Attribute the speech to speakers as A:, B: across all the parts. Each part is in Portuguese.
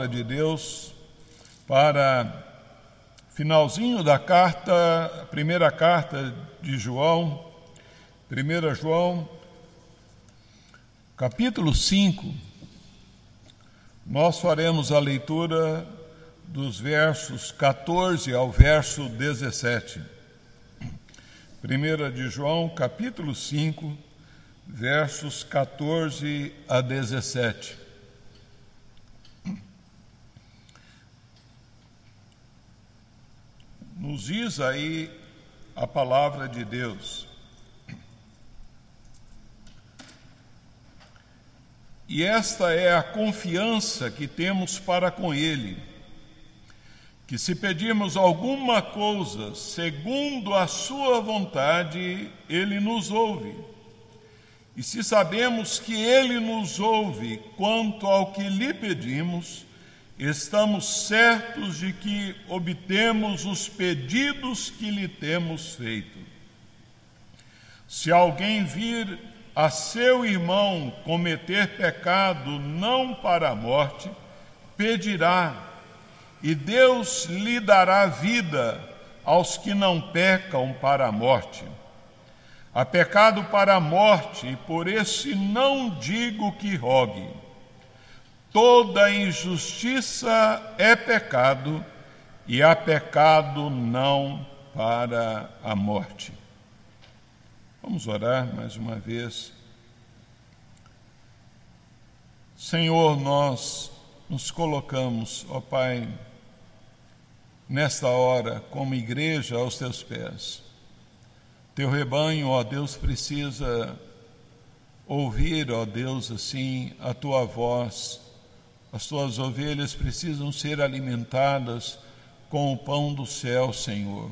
A: de Deus para finalzinho da carta, primeira carta de João, 1 João, capítulo 5, nós faremos a leitura dos versos 14 ao verso 17. 1 de João, capítulo 5, versos 14 a 17. Nos diz aí a palavra de Deus. E esta é a confiança que temos para com Ele, que se pedirmos alguma coisa segundo a sua vontade, Ele nos ouve. E se sabemos que Ele nos ouve quanto ao que lhe pedimos, estamos certos de que obtemos os pedidos que lhe temos feito. Se alguém vir a seu irmão cometer pecado não para a morte, pedirá, e Deus lhe dará vida aos que não pecam para a morte. Há pecado para a morte, e por esse não digo que rogue. Toda injustiça é pecado, e há pecado não para a morte. Vamos orar mais uma vez. Senhor, nós nos colocamos, ó Pai, nesta hora, como igreja aos teus pés. Teu rebanho, ó Deus, precisa ouvir, ó Deus, assim, a tua voz. As tuas ovelhas precisam ser alimentadas com o pão do céu, Senhor.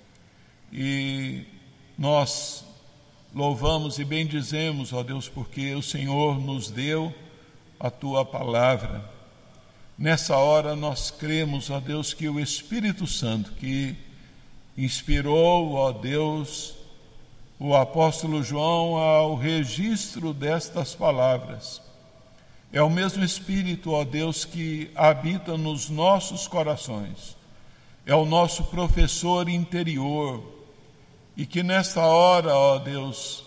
A: E nós louvamos e bendizemos, ó Deus, porque o Senhor nos deu a tua palavra. Nessa hora nós cremos, ó Deus, que o Espírito Santo que inspirou, ó Deus, o apóstolo João ao registro destas palavras, é o mesmo Espírito, ó Deus, que habita nos nossos corações. É o nosso professor interior. E que nesta hora, ó Deus,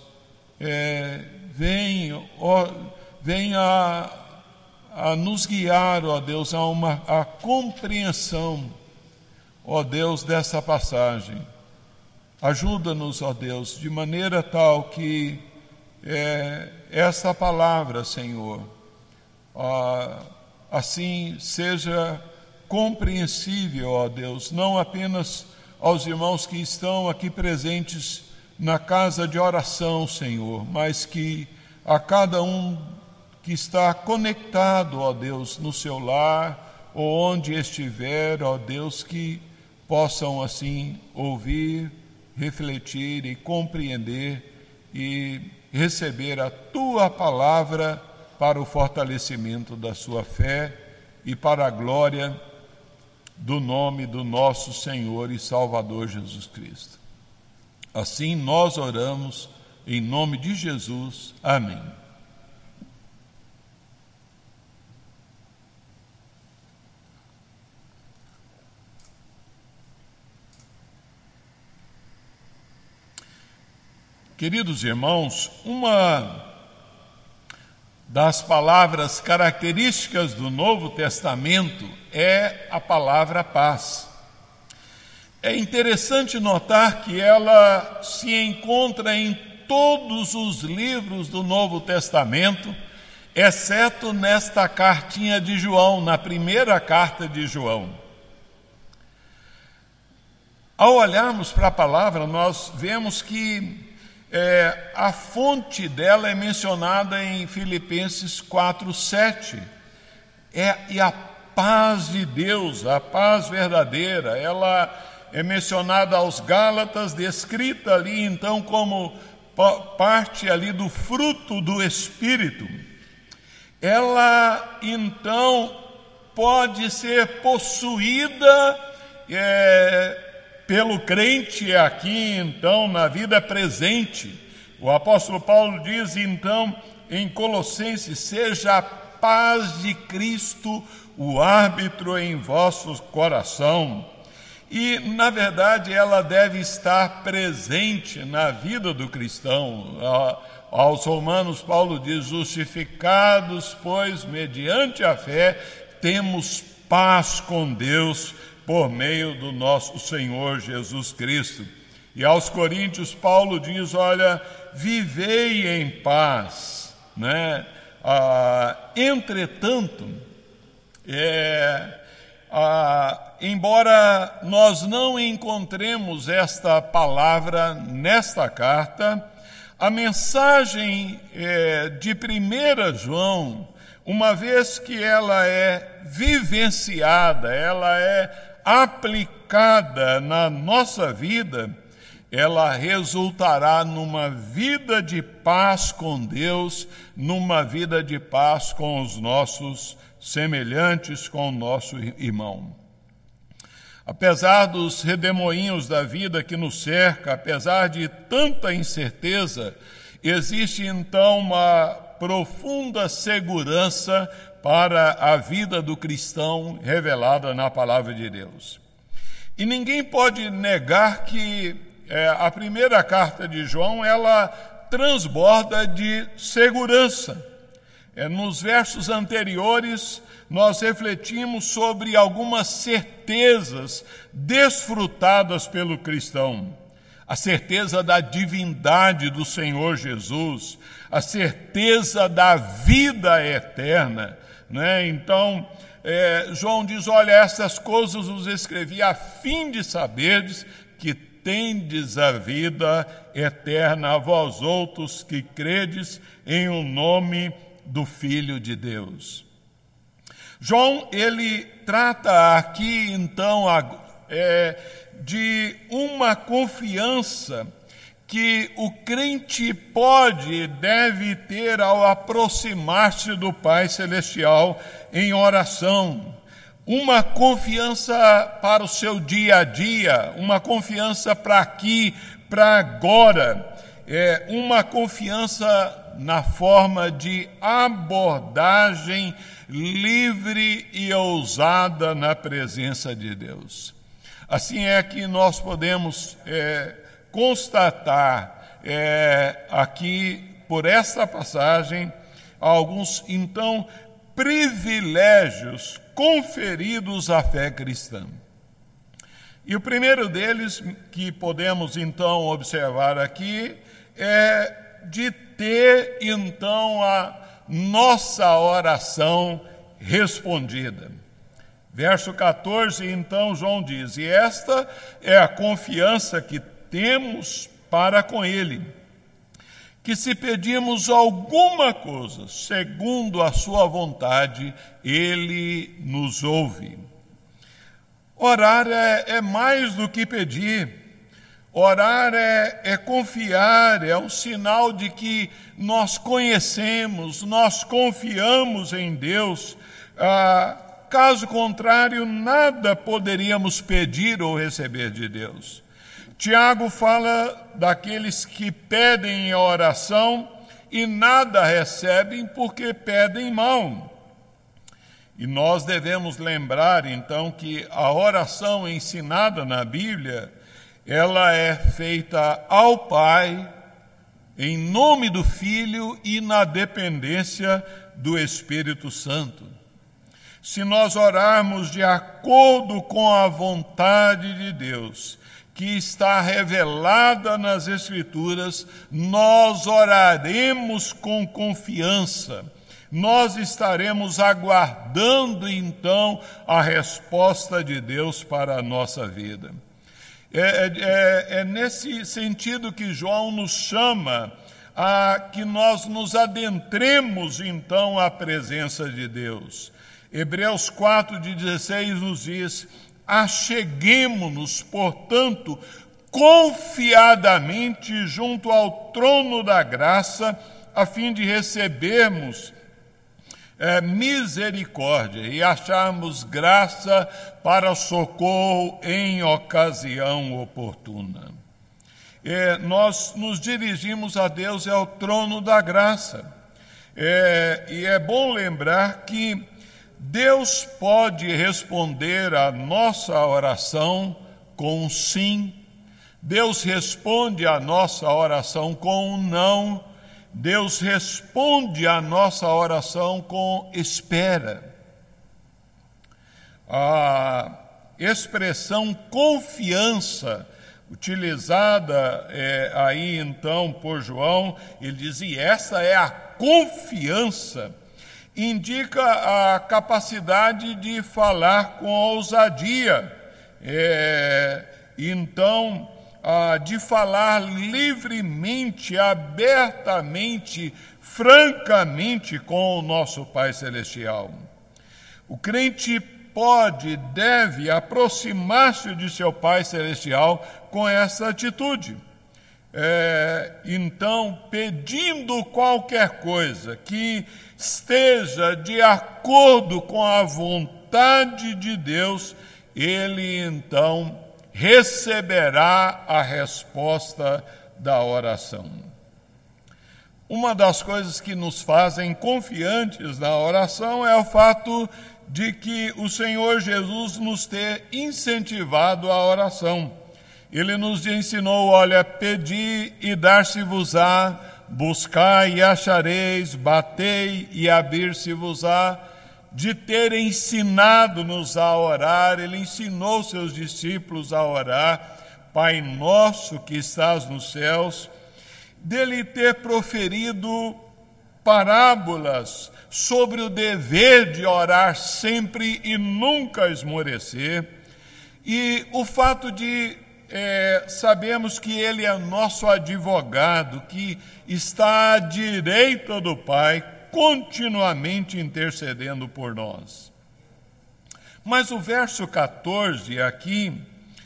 A: venha a nos guiar, ó Deus, a compreensão, ó Deus, dessa passagem. Ajuda-nos, ó Deus, de maneira tal que essa palavra, Senhor, assim seja compreensível, ó Deus, não apenas aos irmãos que estão aqui presentes na casa de oração, Senhor, mas que a cada um que está conectado, ó Deus, no seu lar, ou onde estiver, ó Deus, que possam assim ouvir, refletir e compreender e receber a tua palavra para o fortalecimento da sua fé e para a glória do nome do nosso Senhor e Salvador Jesus Cristo. Assim nós oramos em nome de Jesus. Amém. Queridos irmãos, uma das palavras características do Novo Testamento é a palavra paz. É interessante notar que ela se encontra em todos os livros do Novo Testamento, exceto nesta cartinha de João, na primeira carta de João. Ao olharmos para a palavra, nós vemos que a fonte dela é mencionada em Filipenses 4:7. E a paz de Deus, a paz verdadeira, ela é mencionada aos Gálatas, descrita ali então como parte ali do fruto do Espírito. Ela então pode ser possuída pelo crente aqui, então, na vida presente. O apóstolo Paulo diz, então, em Colossenses: seja a paz de Cristo o árbitro em vosso coração. E, na verdade, ela deve estar presente na vida do cristão. Aos Romanos, Paulo diz: justificados, pois, mediante a fé, temos paz com Deus por meio do nosso Senhor Jesus Cristo. E aos Coríntios, Paulo diz: olha, vivei em paz, né? Entretanto, embora nós não encontremos esta palavra nesta carta, a mensagem de 1 João, uma vez que ela é vivenciada, ela é aplicada na nossa vida, ela resultará numa vida de paz com Deus, numa vida de paz com os nossos semelhantes, com o nosso irmão. Apesar dos redemoinhos da vida que nos cerca, apesar de tanta incerteza, existe então uma profunda segurança para a vida do cristão revelada na palavra de Deus. E ninguém pode negar que a primeira carta de João, ela transborda de segurança. Nos versos anteriores, nós refletimos sobre algumas certezas desfrutadas pelo cristão. A certeza da divindade do Senhor Jesus, a certeza da vida eterna, né? Então, João diz: olha, essas coisas vos escrevi a fim de saberdes que tendes a vida eterna, a vós outros que credes em o nome do Filho de Deus. João, ele trata aqui, então, de uma confiança que o crente pode e deve ter ao aproximar-se do Pai Celestial em oração. Uma confiança para o seu dia a dia, uma confiança para aqui, para agora, uma confiança na forma de abordagem livre e ousada na presença de Deus. Assim é que nós podemos constatar aqui, por esta passagem, alguns, então, privilégios conferidos à fé cristã. E o primeiro deles, que podemos então observar aqui, é de ter então a nossa oração respondida. Verso 14, então, João diz: e esta é a confiança que temos para com Ele, que se pedirmos alguma coisa segundo a sua vontade, Ele nos ouve. Orar é mais do que pedir. Orar é confiar, é um sinal de que nós conhecemos, nós confiamos em Deus. Caso contrário, nada poderíamos pedir ou receber de Deus. Tiago fala daqueles que pedem em oração e nada recebem porque pedem mal. E nós devemos lembrar, então, que a oração ensinada na Bíblia, ela é feita ao Pai, em nome do Filho e na dependência do Espírito Santo. Se nós orarmos de acordo com a vontade de Deus, que está revelada nas Escrituras, nós oraremos com confiança. Nós estaremos aguardando, então, a resposta de Deus para a nossa vida. É nesse sentido que João nos chama a que nós nos adentremos, então, à presença de Deus. Hebreus 4:16 nos diz: acheguemo-nos, portanto, confiadamente junto ao trono da graça, a fim de recebermos misericórdia e acharmos graça para socorro em ocasião oportuna. Nós nos dirigimos a Deus ao trono da graça. E é bom lembrar que Deus pode responder a nossa oração com um sim. Deus responde a nossa oração com um não. Deus responde a nossa oração com espera. A expressão confiança, utilizada aí então por João, ele diz, e essa é a confiança, indica a capacidade de falar com ousadia, então, de falar livremente, abertamente, francamente com o nosso Pai Celestial. O crente pode e deve aproximar-se de seu Pai Celestial com essa atitude. Então, pedindo qualquer coisa que esteja de acordo com a vontade de Deus, ele então receberá a resposta da oração. Uma das coisas que nos fazem confiantes na oração é o fato de que o Senhor Jesus nos ter incentivado a oração. Ele nos ensinou, olha, pedi e dar-se-vos-á, buscai e achareis, batei e abrir-se-vos-á. De ter ensinado-nos a orar, ele ensinou seus discípulos a orar, Pai nosso que estás nos céus, dele ter proferido parábolas sobre o dever de orar sempre e nunca esmorecer, e o fato de sabemos que ele é nosso advogado, que está à direita do Pai, continuamente intercedendo por nós. Mas o verso 14 aqui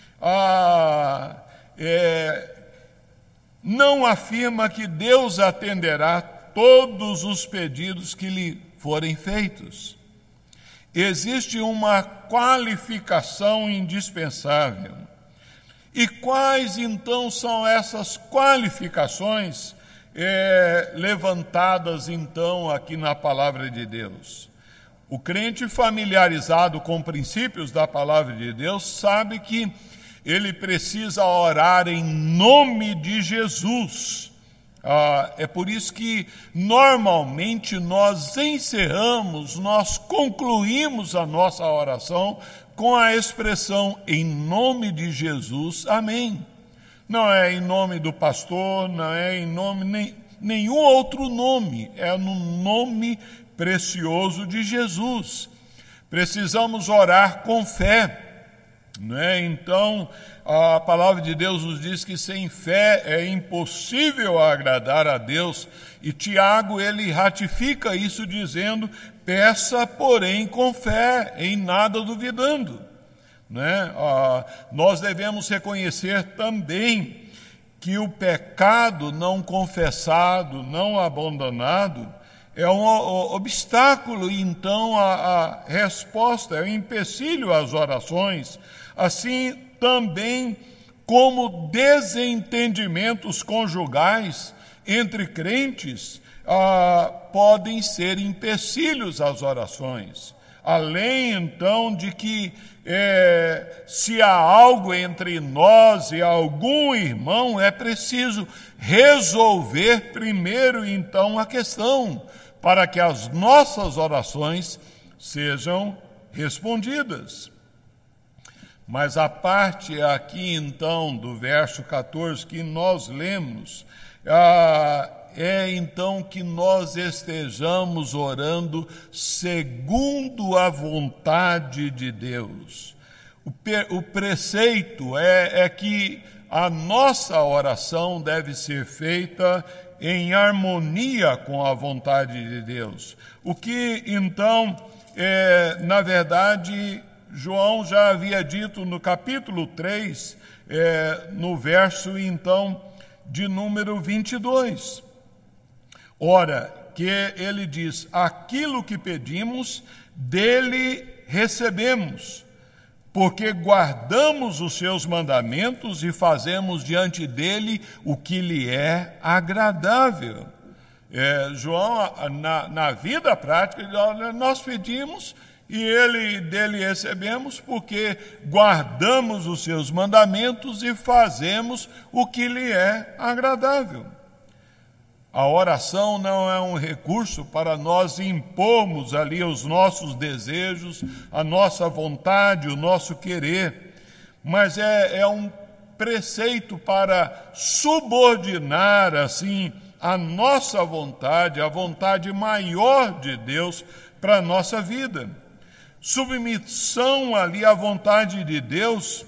A: não afirma que Deus atenderá todos os pedidos que lhe forem feitos. Existe uma qualificação indispensável. E quais então são essas qualificações levantadas então aqui na palavra de Deus? O crente familiarizado com princípios da palavra de Deus sabe que ele precisa orar em nome de Jesus. É por isso que normalmente nós encerramos, nós concluímos a nossa oração com a expressão em nome de Jesus, amém. Não é em nome do pastor, não é em nome nenhum outro nome, é no nome precioso de Jesus. Precisamos orar com fé, né? Então, a palavra de Deus nos diz que sem fé é impossível agradar a Deus, e Tiago, ele ratifica isso dizendo, peça, porém, com fé, em nada duvidando. Né? Nós devemos reconhecer também que o pecado não confessado, não abandonado, é um obstáculo, então, à resposta, é um empecilho às orações, assim também como desentendimentos conjugais entre crentes podem ser empecilhos às orações. Além, então, de que se há algo entre nós e algum irmão, é preciso resolver primeiro, então, a questão, para que as nossas orações sejam respondidas. Mas a parte aqui, então, do verso 14 que nós lemos, então que nós estejamos orando segundo a vontade de Deus. O preceito é que a nossa oração deve ser feita em harmonia com a vontade de Deus. O que, então, na verdade, João já havia dito no capítulo 3, no verso, então, de número 22. Ora, que ele diz, aquilo que pedimos, dele recebemos, porque guardamos os seus mandamentos e fazemos diante dele o que lhe é agradável. João, na vida prática, ele diz, olha, nós pedimos e dele recebemos porque guardamos os seus mandamentos e fazemos o que lhe é agradável. A oração não é um recurso para nós impormos ali os nossos desejos, a nossa vontade, o nosso querer, mas é um preceito para subordinar, assim, a nossa vontade, a vontade maior de Deus para a nossa vida. Submissão ali à vontade de Deus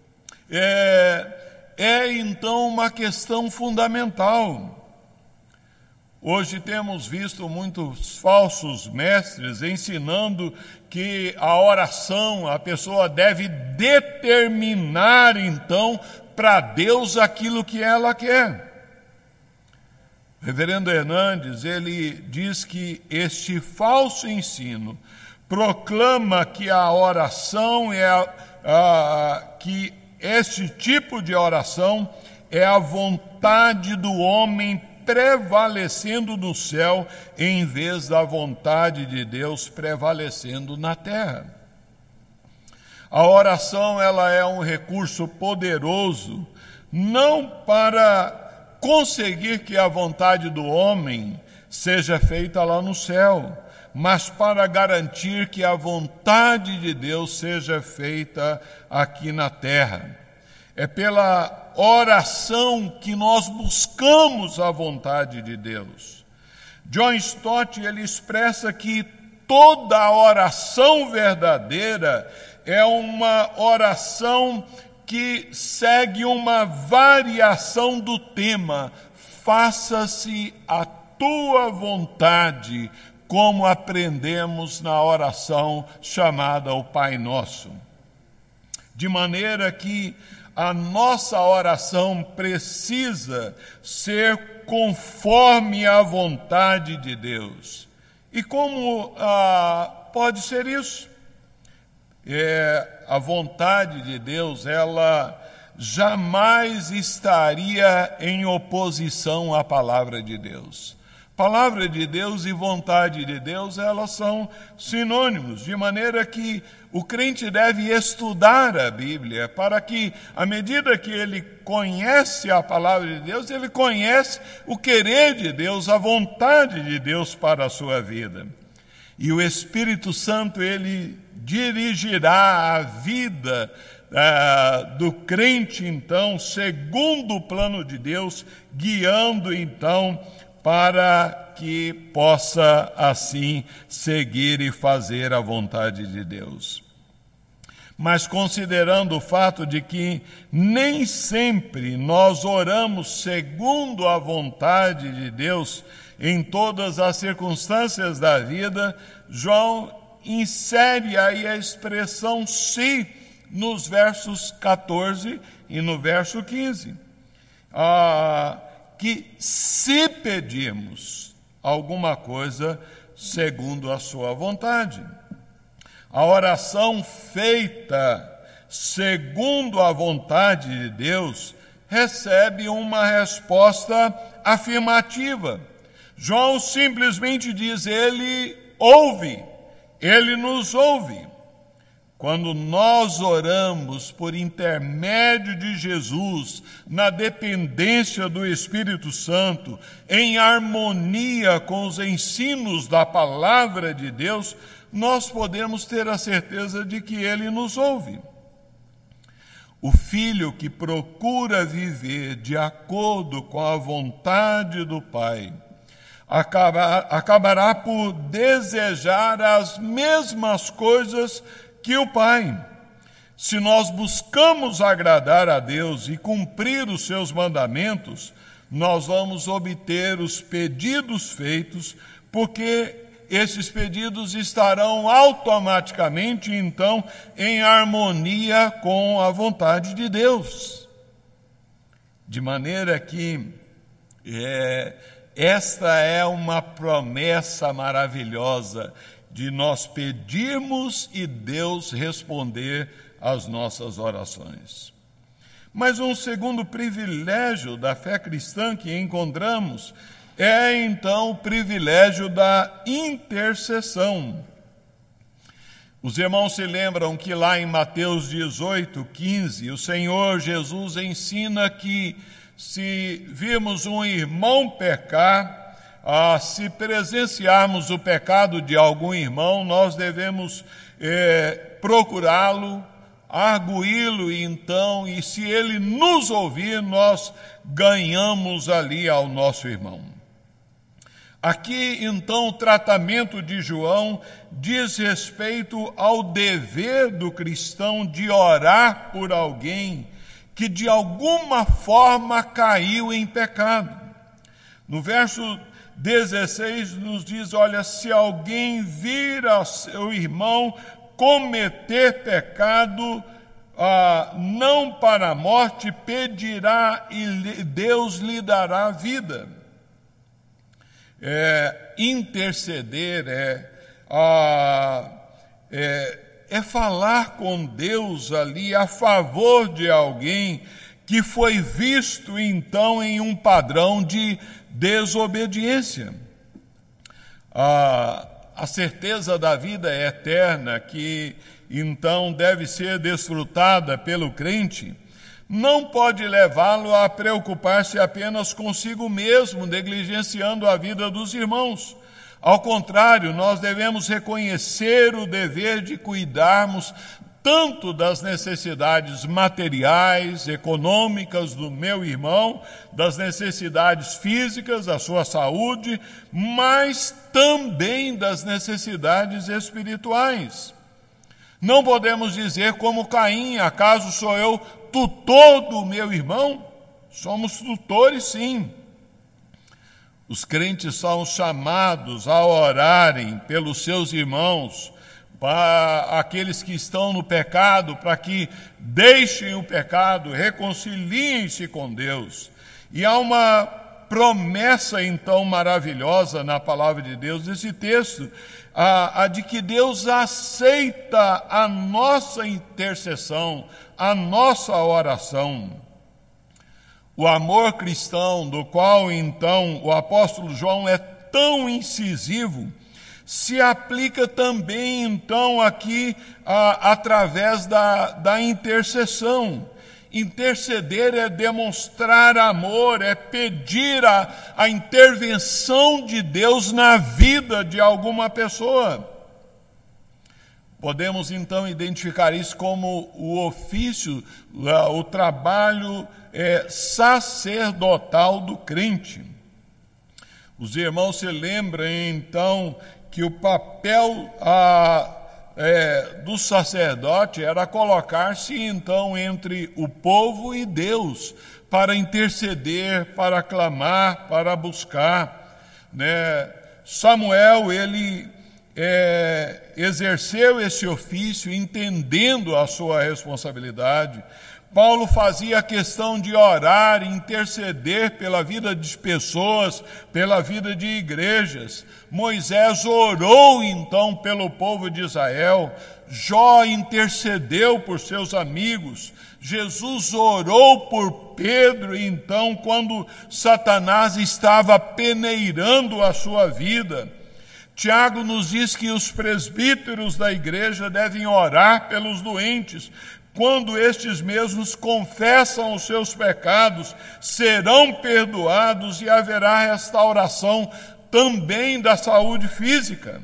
A: é então uma questão fundamental. Hoje temos visto muitos falsos mestres ensinando que a oração, a pessoa deve determinar então para Deus aquilo que ela quer. O reverendo Hernandes, ele diz que este falso ensino proclama que a oração que este tipo de oração é a vontade do homem prevalecendo no céu em vez da vontade de Deus prevalecendo na terra. A oração, ela é um recurso poderoso não para conseguir que a vontade do homem seja feita lá no céu, mas para garantir que a vontade de Deus seja feita aqui na terra. É pela oração que nós buscamos a vontade de Deus. John Stott, ele expressa que toda oração verdadeira é uma oração que segue uma variação do tema: faça-se a tua vontade, como aprendemos na oração chamada o Pai Nosso. De maneira que a nossa oração precisa ser conforme a vontade de Deus. E como pode ser isso? A vontade de Deus, ela jamais estaria em oposição à palavra de Deus. Palavra de Deus e vontade de Deus, elas são sinônimos, de maneira que o crente deve estudar a Bíblia para que, à medida que ele conhece a palavra de Deus, ele conhece o querer de Deus, a vontade de Deus para a sua vida. E o Espírito Santo, ele dirigirá a vida do crente, então, segundo o plano de Deus, guiando, então, para que possa, assim, seguir e fazer a vontade de Deus. Mas considerando o fato de que nem sempre nós oramos segundo a vontade de Deus em todas as circunstâncias da vida, João insere aí a expressão se nos versos 14 e no verso 15. Que se pedirmos alguma coisa segundo a sua vontade. A oração feita segundo a vontade de Deus recebe uma resposta afirmativa. João simplesmente diz: ele ouve, ele nos ouve. Quando nós oramos por intermédio de Jesus, na dependência do Espírito Santo, em harmonia com os ensinos da palavra de Deus, nós podemos ter a certeza de que Ele nos ouve. O filho que procura viver de acordo com a vontade do Pai, acabará por desejar as mesmas coisas que o Pai. Se nós buscamos agradar a Deus e cumprir os seus mandamentos, nós vamos obter os pedidos feitos, porque esses pedidos estarão automaticamente, então, em harmonia com a vontade de Deus. De maneira que esta é uma promessa maravilhosa de nós pedirmos e Deus responder às nossas orações. Mas um segundo privilégio da fé cristã que encontramos é então o privilégio da intercessão. Os irmãos se lembram que lá em Mateus 18:15, o Senhor Jesus ensina que se virmos um irmão pecar, se presenciarmos o pecado de algum irmão, nós devemos procurá-lo, arguí-lo, então, e se ele nos ouvir, nós ganhamos ali ao nosso irmão. Aqui, então, o tratamento de João diz respeito ao dever do cristão de orar por alguém que de alguma forma caiu em pecado. No verso 16 nos diz, olha, se alguém vir ao seu irmão cometer pecado, não para a morte, pedirá e Deus lhe dará vida. Interceder é falar com Deus ali a favor de alguém que foi visto então em um padrão de desobediência. A certeza da vida eterna, que então deve ser desfrutada pelo crente, não pode levá-lo a preocupar-se apenas consigo mesmo, negligenciando a vida dos irmãos. Ao contrário, nós devemos reconhecer o dever de cuidarmos tanto das necessidades materiais, econômicas do meu irmão, das necessidades físicas, da sua saúde, mas também das necessidades espirituais. Não podemos dizer como Caim, acaso sou eu tutor do meu irmão? Somos tutores, sim. Os crentes são chamados a orarem pelos seus irmãos, para aqueles que estão no pecado, para que deixem o pecado, reconciliem-se com Deus. E há uma promessa, então, maravilhosa na palavra de Deus, nesse texto, a de que Deus aceita a nossa intercessão, a nossa oração. O amor cristão, do qual, então, o apóstolo João é tão incisivo, se aplica também, então, aqui através da intercessão. Interceder é demonstrar amor, é pedir a intervenção de Deus na vida de alguma pessoa. Podemos, então, identificar isso como o ofício, o trabalho sacerdotal do crente. Os irmãos se lembram, então, que o papel do sacerdote era colocar-se, então, entre o povo e Deus, para interceder, para clamar, para buscar. Samuel, ele exerceu esse ofício, entendendo a sua responsabilidade. Paulo fazia questão de orar, interceder pela vida de pessoas, pela vida de igrejas. Moisés orou, então, pelo povo de Israel. Jó intercedeu por seus amigos. Jesus orou por Pedro, então, quando Satanás estava peneirando a sua vida. Tiago nos diz que os presbíteros da igreja devem orar pelos doentes. Quando estes mesmos confessam os seus pecados, serão perdoados e haverá restauração também da saúde física.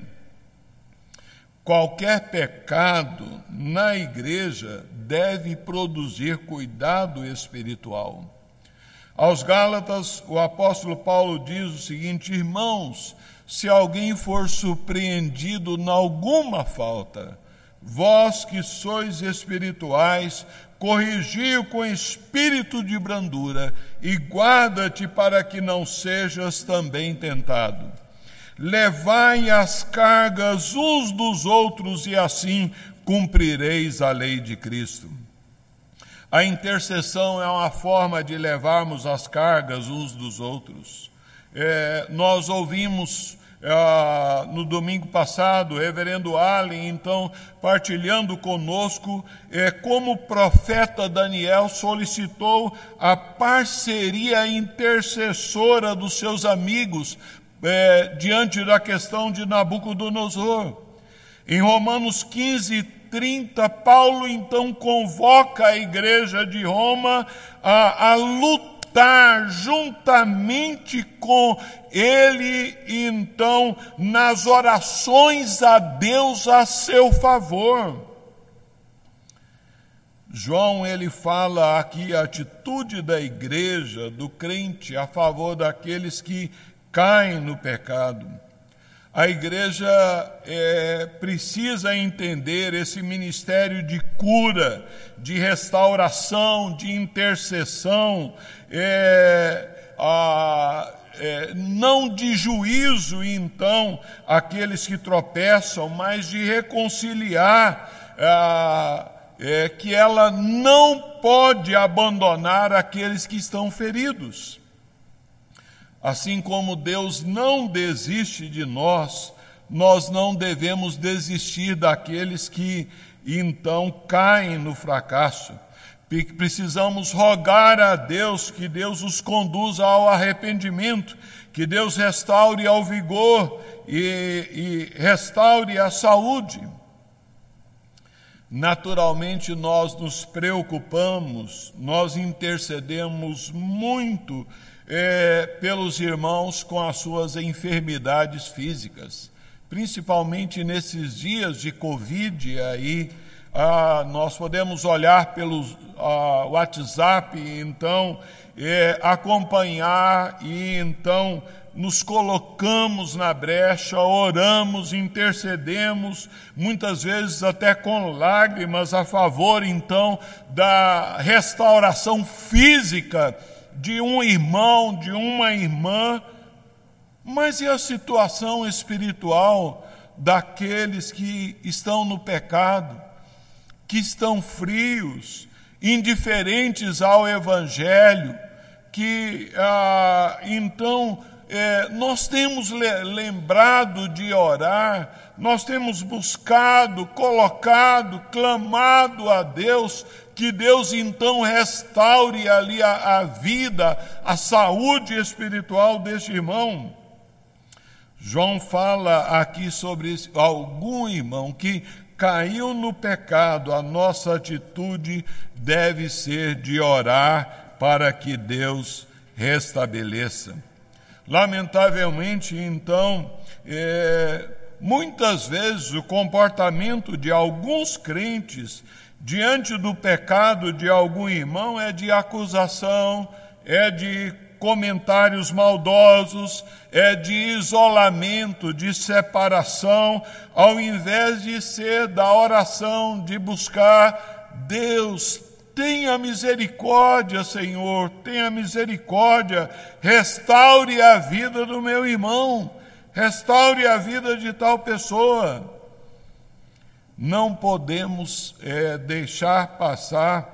A: Qualquer pecado na igreja deve produzir cuidado espiritual. Aos Gálatas, o apóstolo Paulo diz o seguinte: irmãos, se alguém for surpreendido em alguma falta, vós que sois espirituais, corrigi-o com espírito de brandura e guarda-te para que não sejas também tentado. Levai as cargas uns dos outros e assim cumprireis a lei de Cristo. A intercessão é uma forma de levarmos as cargas uns dos outros. Nós ouvimos no domingo passado, o reverendo Allen, então, partilhando conosco, como o profeta Daniel solicitou a parceria intercessora dos seus amigos diante da questão de Nabucodonosor. Em Romanos 15:30, Paulo então convoca a igreja de Roma a lutar juntamente com ele, então, nas orações a Deus a seu favor. João, ele fala aqui a atitude da igreja, do crente, a favor daqueles que caem no pecado. A igreja precisa entender esse ministério de cura, de restauração, de intercessão, não de juízo, então, aqueles que tropeçam, mas de reconciliar, que ela não pode abandonar aqueles que estão feridos. Assim como Deus não desiste de nós, nós não devemos desistir daqueles que então caem no fracasso. Precisamos rogar a Deus que Deus os conduza ao arrependimento, que Deus restaure ao vigor e restaure a saúde. Naturalmente nós nos preocupamos, nós intercedemos muito pelos irmãos com as suas enfermidades físicas, principalmente nesses dias de Covid aí. Nós podemos olhar pelo WhatsApp, então, acompanhar e então nos colocamos na brecha, oramos, intercedemos, muitas vezes até com lágrimas a favor, então, da restauração física de um irmão, de uma irmã. Mas e a situação espiritual daqueles que estão no pecado, que estão frios, indiferentes ao Evangelho, que então nós temos lembrado de orar, nós temos buscado, colocado, clamado a Deus, que Deus então restaure ali a vida, a saúde espiritual deste irmão. João fala aqui sobre algum irmão que caiu no pecado. A nossa atitude deve ser de orar para que Deus restabeleça. Lamentavelmente, então, muitas vezes o comportamento de alguns crentes diante do pecado de algum irmão é de acusação, é de comentários maldosos, é de isolamento, de separação, ao invés de ser da oração, de buscar Deus. Tenha misericórdia, Senhor, tenha misericórdia, restaure a vida do meu irmão, restaure a vida de tal pessoa. Não podemos deixar passar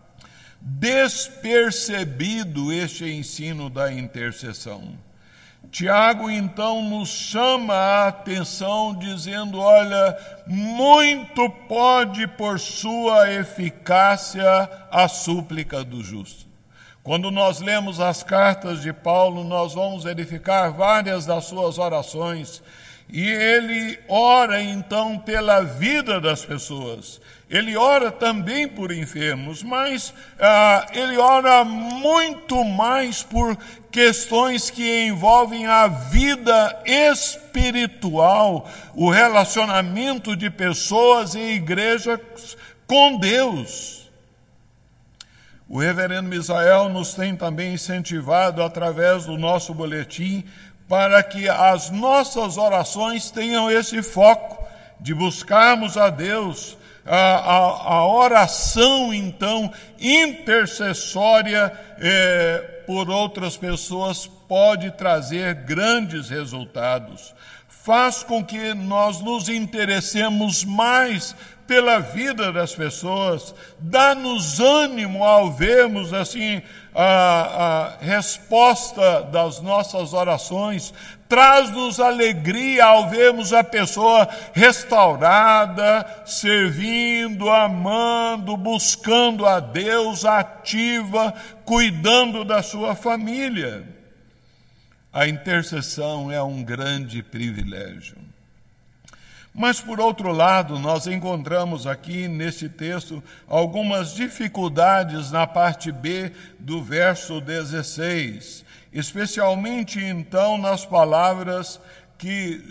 A: despercebido este ensino da intercessão. Tiago, então, nos chama a atenção, dizendo, olha, muito pode por sua eficácia a súplica do justo. Quando nós lemos as cartas de Paulo, nós vamos verificar várias das suas orações, e ele ora, então, pela vida das pessoas. Ele ora também por enfermos, mas ele ora muito mais por questões que envolvem a vida espiritual, o relacionamento de pessoas e igrejas com Deus. O reverendo Misael nos tem também incentivado, através do nosso boletim, para que as nossas orações tenham esse foco de buscarmos a Deus. A oração, então, intercessória por outras pessoas pode trazer grandes resultados. Faz com que nós nos interessemos mais pela vida das pessoas, dá-nos ânimo ao vermos assim a resposta das nossas orações, traz-nos alegria ao vermos a pessoa restaurada, servindo, amando, buscando a Deus, ativa, cuidando da sua família. A intercessão é um grande privilégio. Mas, por outro lado, nós encontramos aqui neste texto algumas dificuldades na parte B do verso 16, especialmente então nas palavras que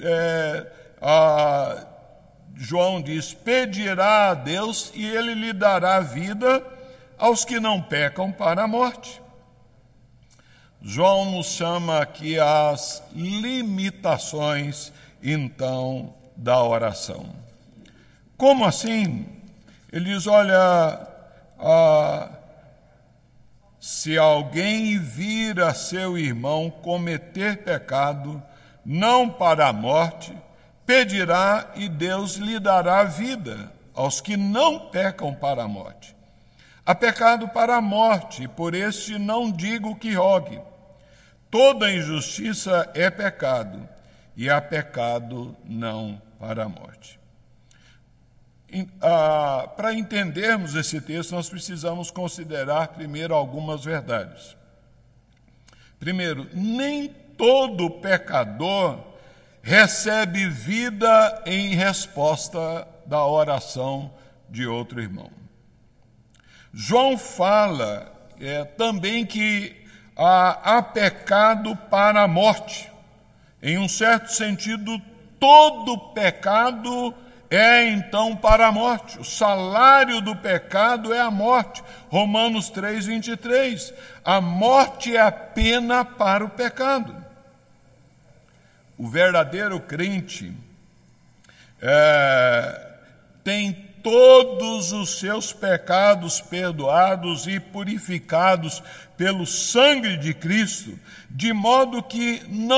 A: João diz: pedirá a Deus e ele lhe dará vida aos que não pecam para a morte. João nos chama aqui às limitações, então, da oração. Como assim? Ele diz, olha, se alguém vir a seu irmão cometer pecado, não para a morte, pedirá e Deus lhe dará vida aos que não pecam para a morte. Há pecado para a morte, e por este não digo que rogue. Toda injustiça é pecado, e há pecado não para a morte. Para entendermos esse texto, nós precisamos considerar primeiro algumas verdades. Primeiro, nem todo pecador recebe vida em resposta da oração de outro irmão. João fala também que há pecado para a morte. Em um certo sentido, todo pecado é então para a morte. O salário do pecado é a morte. Romanos 3:23. A morte é a pena para o pecado. O verdadeiro crente tem todos os seus pecados perdoados e purificados pelo sangue de Cristo, de modo que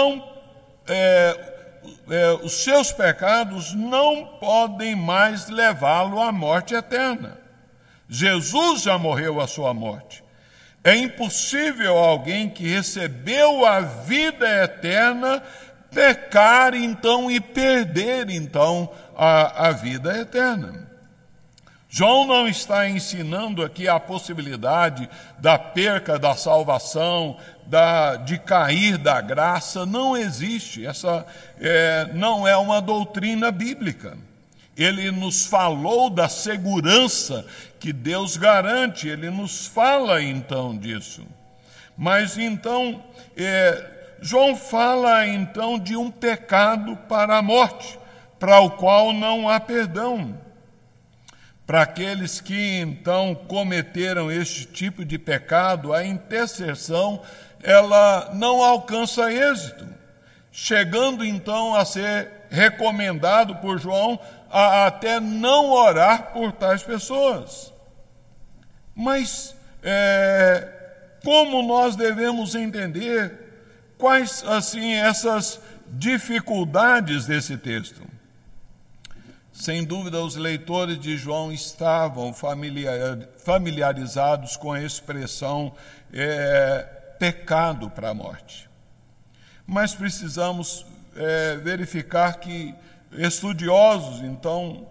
A: os seus pecados não podem mais levá-lo à morte eterna. Jesus já morreu a sua morte. É impossível alguém que recebeu a vida eterna pecar então e perder então a vida eterna. João não está ensinando aqui a possibilidade da perca da salvação, de cair da graça. Não existe. Essa não é uma doutrina bíblica. Ele nos falou da segurança que Deus garante. Ele nos fala então disso. Mas então, João fala então de um pecado para a morte, para o qual não há perdão. Para aqueles que então cometeram este tipo de pecado, a intercessão ela não alcança êxito, chegando então a ser recomendado por João a até não orar por tais pessoas. Mas como nós devemos entender quais assim essas dificuldades desse texto? Sem dúvida, os leitores de João estavam familiarizados com a expressão pecado para a morte. Mas precisamos verificar que estudiosos, então,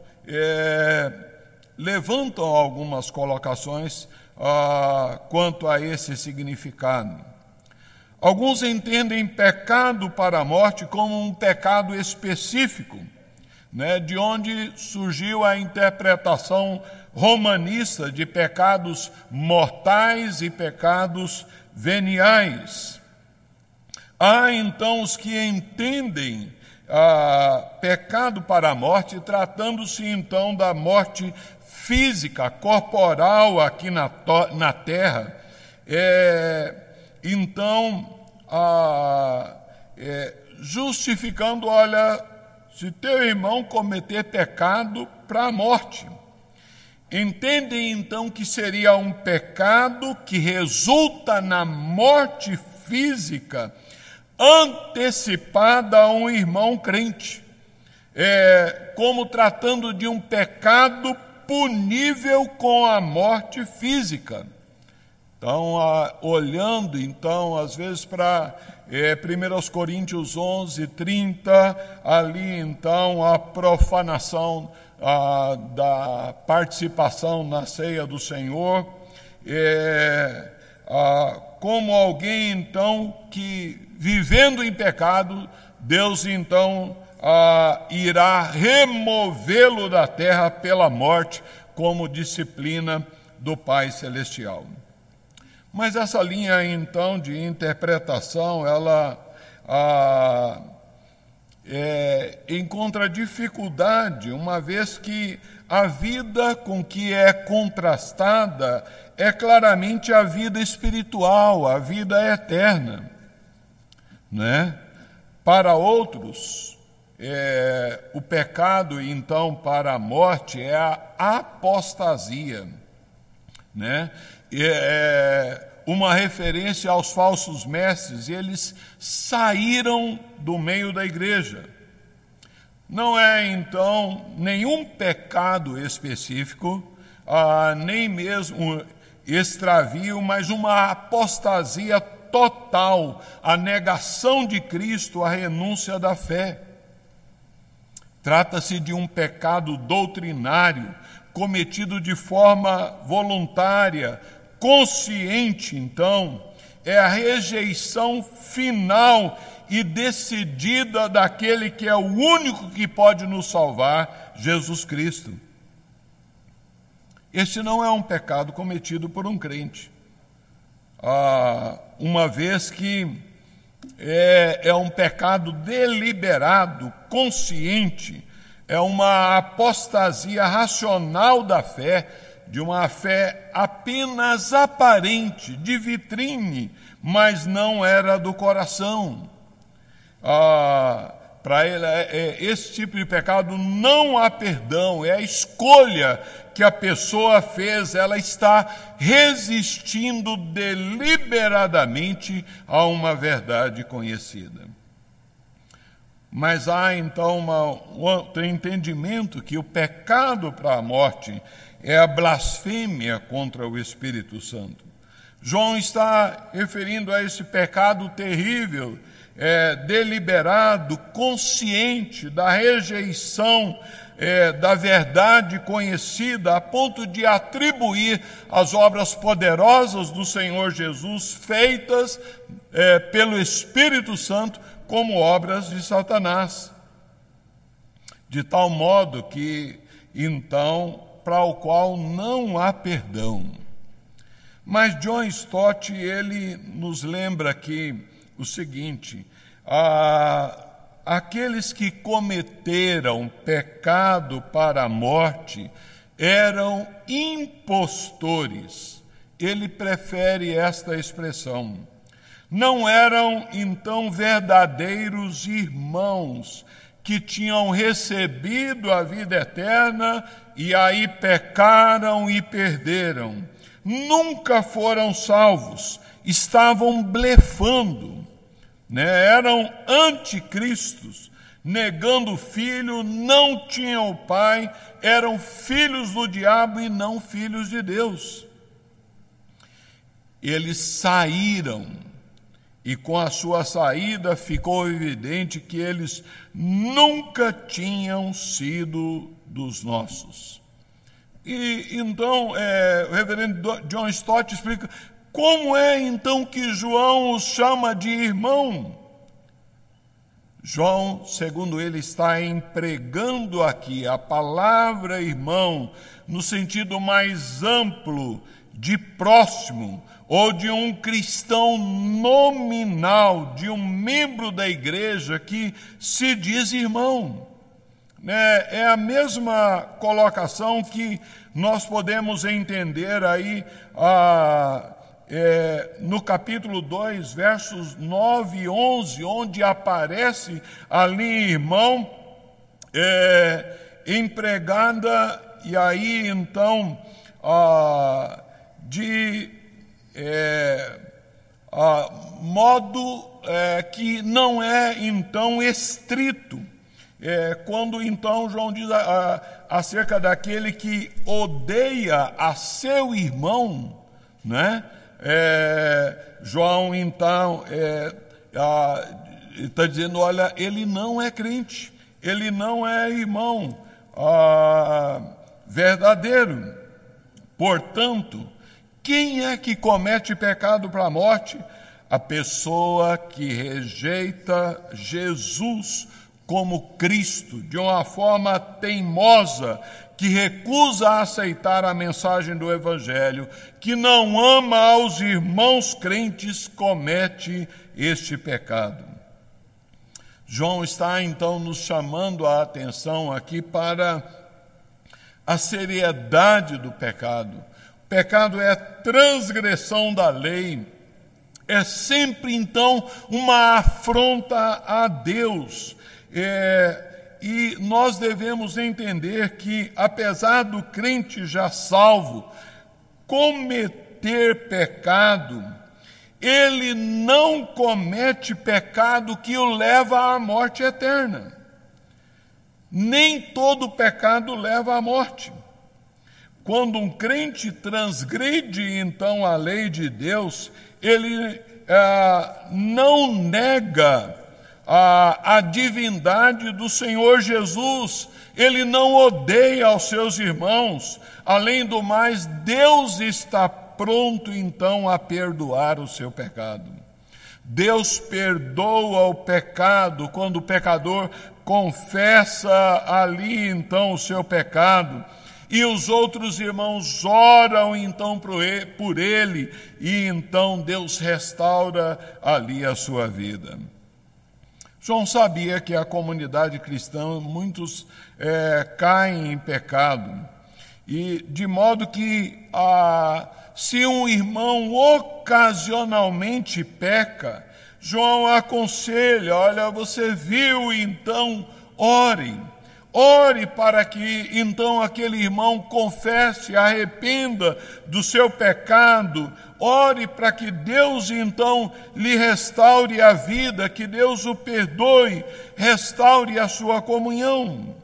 A: levantam algumas colocações quanto a esse significado. Alguns entendem pecado para a morte como um pecado específico, de onde surgiu a interpretação romanista de pecados mortais e pecados veniais. Há então os que entendem pecado para a morte, tratando-se então da morte física, corporal aqui na terra. Justificando, olha, se teu irmão cometer pecado para a morte. Entendem então que seria um pecado que resulta na morte física antecipada a um irmão crente, como tratando de um pecado punível com a morte física. Então, olhando então às vezes para 1 Coríntios 11:30, ali então a profanação da participação na ceia do Senhor, como alguém então que vivendo em pecado, Deus então irá removê-lo da terra pela morte, como disciplina do Pai Celestial. Mas essa linha, então, de interpretação, ela encontra dificuldade, uma vez que a vida com que é contrastada é claramente a vida espiritual, a vida eterna, né? Para outros, o pecado, então, para a morte é a apostasia, né? Uma referência aos falsos mestres, eles saíram do meio da igreja. Não é, então, nenhum pecado específico, nem mesmo extravio, mas uma apostasia total, a negação de Cristo, a renúncia da fé. Trata-se de um pecado doutrinário, cometido de forma voluntária, consciente, então, é a rejeição final e decidida daquele que é o único que pode nos salvar, Jesus Cristo. Este não é um pecado cometido por um crente, uma vez que é um pecado deliberado, consciente, é uma apostasia racional da fé, de uma fé apenas aparente, de vitrine, mas não era do coração. Para ele, esse tipo de pecado não há perdão, é a escolha que a pessoa fez, ela está resistindo deliberadamente a uma verdade conhecida. Mas há então um outro entendimento que o pecado para a morte é a blasfêmia contra o Espírito Santo. João está referindo a esse pecado terrível, deliberado, consciente da rejeição da verdade conhecida, a ponto de atribuir as obras poderosas do Senhor Jesus, feitas pelo Espírito Santo, como obras de Satanás. De tal modo que, então, para o qual não há perdão. Mas John Stott, ele nos lembra aqui o seguinte: aqueles que cometeram pecado para a morte eram impostores. Ele prefere esta expressão. Não eram, então, verdadeiros irmãos que tinham recebido a vida eterna e aí pecaram e perderam. Nunca foram salvos, estavam blefando, né? Eram anticristos, negando o filho, não tinham o pai, eram filhos do diabo e não filhos de Deus. Eles saíram, e com a sua saída ficou evidente que eles nunca tinham sido dos nossos. E então, o reverendo John Stott explica como é então que João os chama de irmão. João, segundo ele, está empregando aqui a palavra irmão no sentido mais amplo de próximo, ou de um cristão nominal, de um membro da igreja que se diz irmão. É a mesma colocação que nós podemos entender aí no capítulo 2, versos 9 e 11, onde aparece ali irmão, empregada, e aí então de modo que não é então estrito. Quando então João diz acerca daquele que odeia a seu irmão, né? João então está dizendo, olha, ele não é crente, ele não é irmão verdadeiro. Portanto, quem é que comete pecado para a morte? A pessoa que rejeita Jesus como Cristo, de uma forma teimosa, que recusa aceitar a mensagem do Evangelho, que não ama aos irmãos crentes, comete este pecado. João está então nos chamando a atenção aqui para a seriedade do pecado. O pecado é transgressão da lei, é sempre então uma afronta a Deus. E nós devemos entender que, apesar do crente já salvo cometer pecado, ele não comete pecado que o leva à morte eterna. Nem todo pecado leva à morte. Quando um crente transgride, então, a lei de Deus, ele não nega a divindade do Senhor Jesus, ele não odeia aos seus irmãos. Além do mais, Deus está pronto então a perdoar o seu pecado. Deus perdoa o pecado quando o pecador confessa ali então o seu pecado, e os outros irmãos oram então por ele, e então Deus restaura ali a sua vida. João sabia que a comunidade cristã, muitos caem em pecado, e de modo que se um irmão ocasionalmente peca, João aconselha: olha, você viu, então ore. Ore para que então aquele irmão confesse, arrependa do seu pecado. Ore para que Deus então lhe restaure a vida, que Deus o perdoe, restaure a sua comunhão.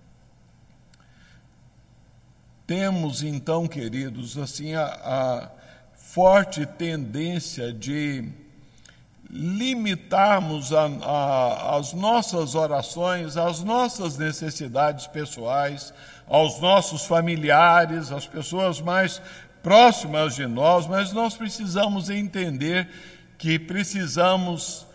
A: Temos então, queridos, assim a forte tendência de limitarmos as nossas orações, às nossas necessidades pessoais, aos nossos familiares, às pessoas mais próximas de nós, mas nós precisamos entender que precisamos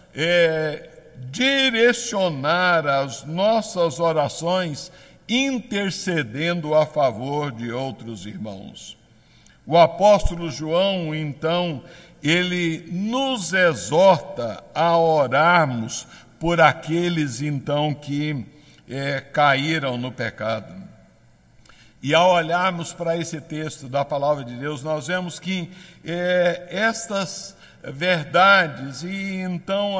A: direcionar as nossas orações intercedendo a favor de outros irmãos. O apóstolo João, então, ele nos exorta a orarmos por aqueles, então, que caíram no pecado. E ao olharmos para esse texto da palavra de Deus, nós vemos que estas verdades, e então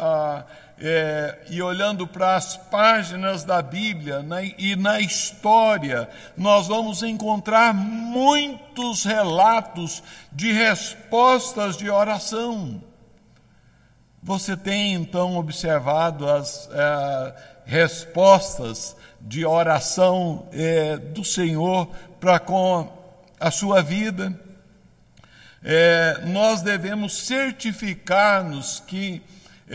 A: e olhando para as páginas da Bíblia e na história, nós vamos encontrar muitos relatos de respostas de oração. Você tem então observado as respostas de oração do Senhor para com a sua vida? Nós devemos certificar-nos que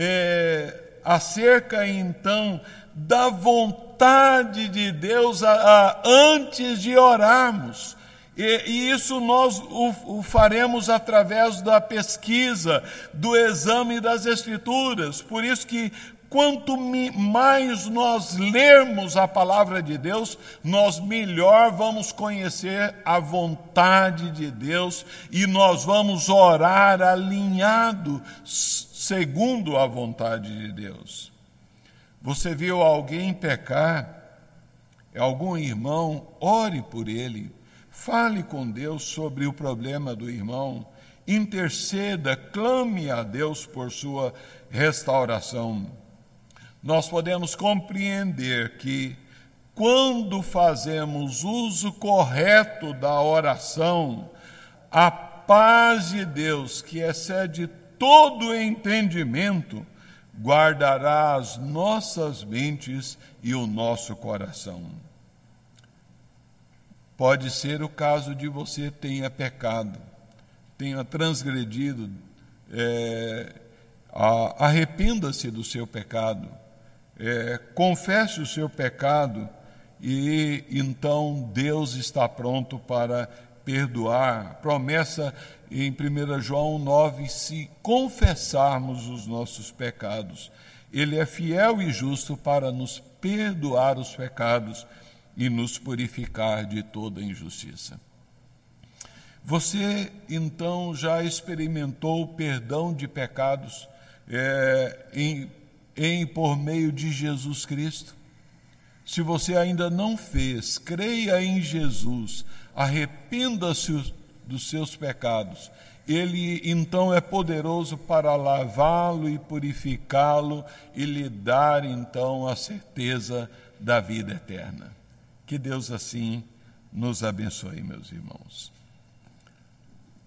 A: acerca então da vontade de Deus antes de orarmos. E isso nós o faremos através da pesquisa, do exame das Escrituras. Por isso que quanto mais nós lermos a palavra de Deus, nós melhor vamos conhecer a vontade de Deus e nós vamos orar alinhado segundo a vontade de Deus. Você viu alguém pecar, algum irmão, ore por ele, fale com Deus sobre o problema do irmão, interceda, clame a Deus por sua restauração. Nós podemos compreender que quando fazemos uso correto da oração, a paz de Deus, que excede todo entendimento, guardará as nossas mentes e o nosso coração. Pode ser o caso de você tenha pecado, tenha transgredido, arrependa-se do seu pecado, confesse o seu pecado e então Deus está pronto para perdoar. Promessa em 1 João 9, se confessarmos os nossos pecados, Ele é fiel e justo para nos perdoar os pecados e nos purificar de toda injustiça. Você, então, já experimentou o perdão de pecados por meio de Jesus Cristo? Se você ainda não fez, creia em Jesus, arrependa-se dos seus pecados. Ele, então, é poderoso para lavá-lo e purificá-lo e lhe dar, então, a certeza da vida eterna. Que Deus, assim, nos abençoe, meus irmãos.